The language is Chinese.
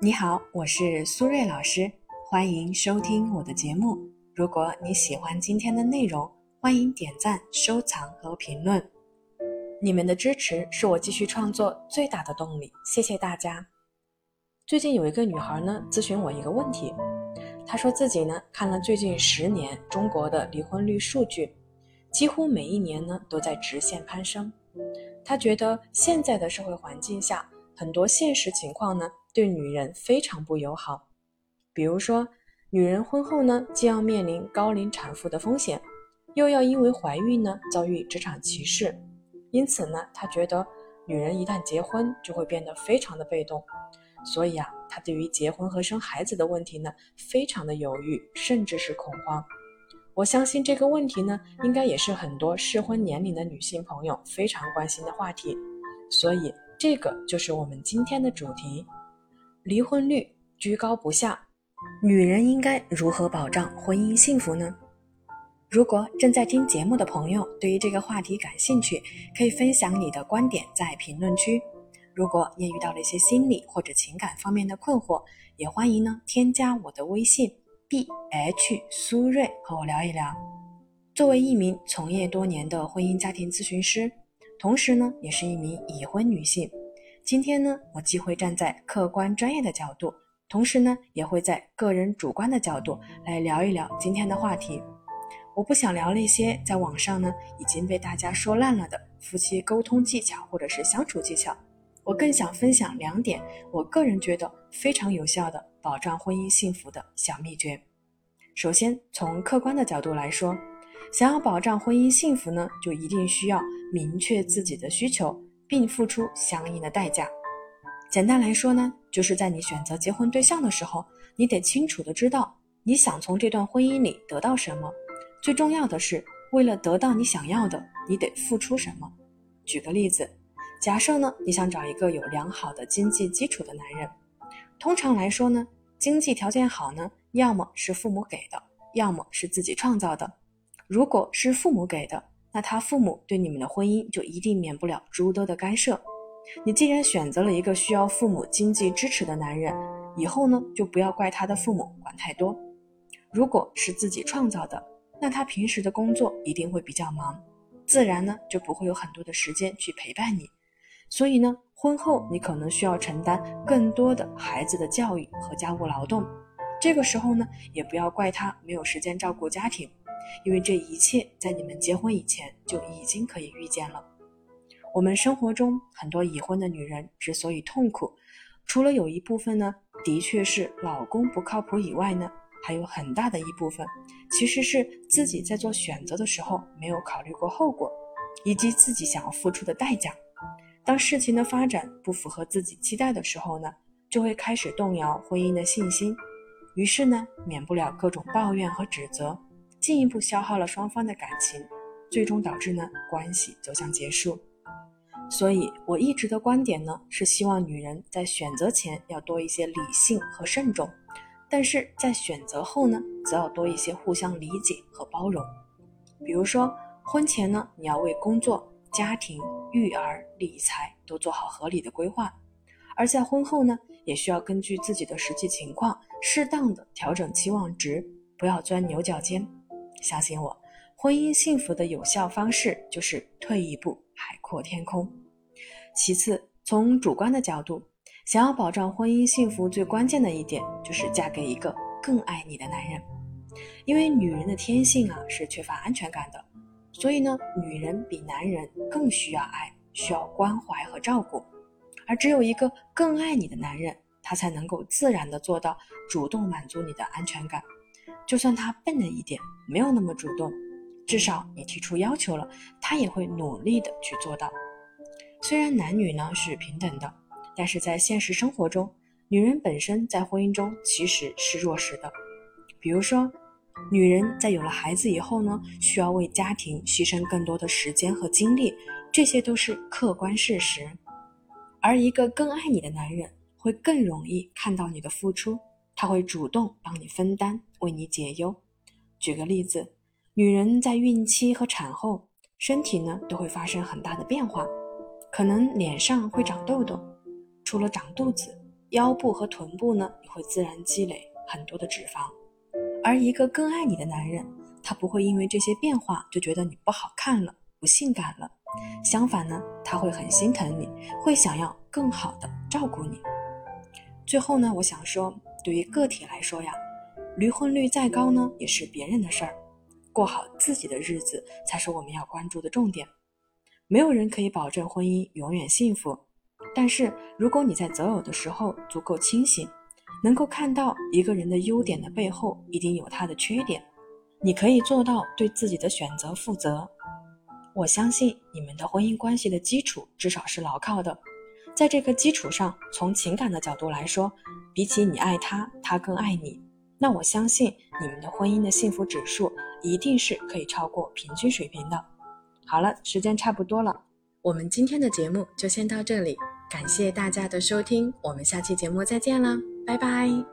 你好，我是苏芮老师，欢迎收听我的节目。如果你喜欢今天的内容，欢迎点赞、收藏和评论。你们的支持是我继续创作最大的动力，谢谢大家。最近有一个女孩呢咨询我一个问题，她说自己呢看了最近10年中国的离婚率数据，几乎每一年呢都在直线攀升。她觉得现在的社会环境下，很多现实情况呢对女人非常不友好。比如说，女人婚后呢既要面临高龄产妇的风险，又要因为怀孕呢遭遇职场歧视。因此呢，她觉得女人一旦结婚就会变得非常的被动。所以她对于结婚和生孩子的问题呢非常的犹豫，甚至是恐慌。我相信这个问题呢应该也是很多适婚年龄的女性朋友非常关心的话题。所以这个就是我们今天的主题，离婚率居高不下，女人应该如何保障婚姻幸福呢？如果正在听节目的朋友对于这个话题感兴趣，可以分享你的观点在评论区。如果你也遇到了一些心理或者情感方面的困惑，也欢迎呢添加我的微信 BH 苏芮和我聊一聊。作为一名从业多年的婚姻家庭咨询师，同时呢也是一名已婚女性，今天呢我既会站在客观专业的角度，同时呢也会在个人主观的角度来聊一聊今天的话题。我不想聊那些在网上呢已经被大家说烂了的夫妻沟通技巧或者是相处技巧，我更想分享2点我个人觉得非常有效的保障婚姻幸福的小秘诀。首先，从客观的角度来说，想要保障婚姻幸福呢，就一定需要明确自己的需求，并付出相应的代价。简单来说呢，就是在你选择结婚对象的时候，你得清楚的知道你想从这段婚姻里得到什么，最重要的是为了得到你想要的，你得付出什么。举个例子，假设呢你想找一个有良好的经济基础的男人，通常来说呢，经济条件好呢，要么是父母给的，要么是自己创造的。如果是父母给的，那他父母对你们的婚姻就一定免不了诸多的干涉。你既然选择了一个需要父母经济支持的男人，以后呢就不要怪他的父母管太多。如果是自己创造的，那他平时的工作一定会比较忙，自然呢就不会有很多的时间去陪伴你。所以呢，婚后你可能需要承担更多的孩子的教育和家务劳动。这个时候呢，也不要怪他没有时间照顾家庭，因为这一切在你们结婚以前就已经可以预见了。我们生活中很多已婚的女人之所以痛苦，除了有一部分呢，的确是老公不靠谱以外呢，还有很大的一部分其实是自己在做选择的时候没有考虑过后果，以及自己想要付出的代价。当事情的发展不符合自己期待的时候呢，就会开始动摇婚姻的信心，于是呢，免不了各种抱怨和指责，进一步消耗了双方的感情，最终导致呢关系走向结束。所以我一直的观点呢，是希望女人在选择前要多一些理性和慎重，但是在选择后呢，则要多一些互相理解和包容。比如说，婚前呢，你要为工作、家庭、育儿、理财都做好合理的规划，而在婚后呢，也需要根据自己的实际情况，适当的调整期望值，不要钻牛角尖。相信我，婚姻幸福的有效方式就是退一步，海阔天空。其次，从主观的角度，想要保障婚姻幸福最关键的一点就是嫁给一个更爱你的男人。因为女人的天性是缺乏安全感的，所以呢，女人比男人更需要爱，需要关怀和照顾。而只有一个更爱你的男人，他才能够自然地做到主动满足你的安全感。就算他笨了一点，没有那么主动，至少你提出要求了，他也会努力地去做到。虽然男女呢是平等的，但是在现实生活中，女人本身在婚姻中其实是弱势的。比如说，女人在有了孩子以后呢，需要为家庭牺牲更多的时间和精力，这些都是客观事实。而一个更爱你的男人会更容易看到你的付出，他会主动帮你分担，为你解忧。举个例子，女人在孕期和产后，身体呢都会发生很大的变化，可能脸上会长痘痘，除了长肚子， 腰部和臀部呢也会自然积累很多的脂肪。而一个更爱你的男人，他不会因为这些变化就觉得你不好看了，不性感了，相反呢，他会很心疼你，会想要更好的照顾你。最后呢，我想说，对于个体来说呀，离婚率再高呢也是别人的事儿，过好自己的日子才是我们要关注的重点。没有人可以保证婚姻永远幸福，但是如果你在择偶的时候足够清醒，能够看到一个人的优点的背后一定有他的缺点，你可以做到对自己的选择负责。我相信你们的婚姻关系的基础至少是牢靠的，在这个基础上，从情感的角度来说，比起你爱他，他更爱你，那我相信你们的婚姻的幸福指数一定是可以超过平均水平的。好了，时间差不多了，我们今天的节目就先到这里，感谢大家的收听，我们下期节目再见了，拜拜。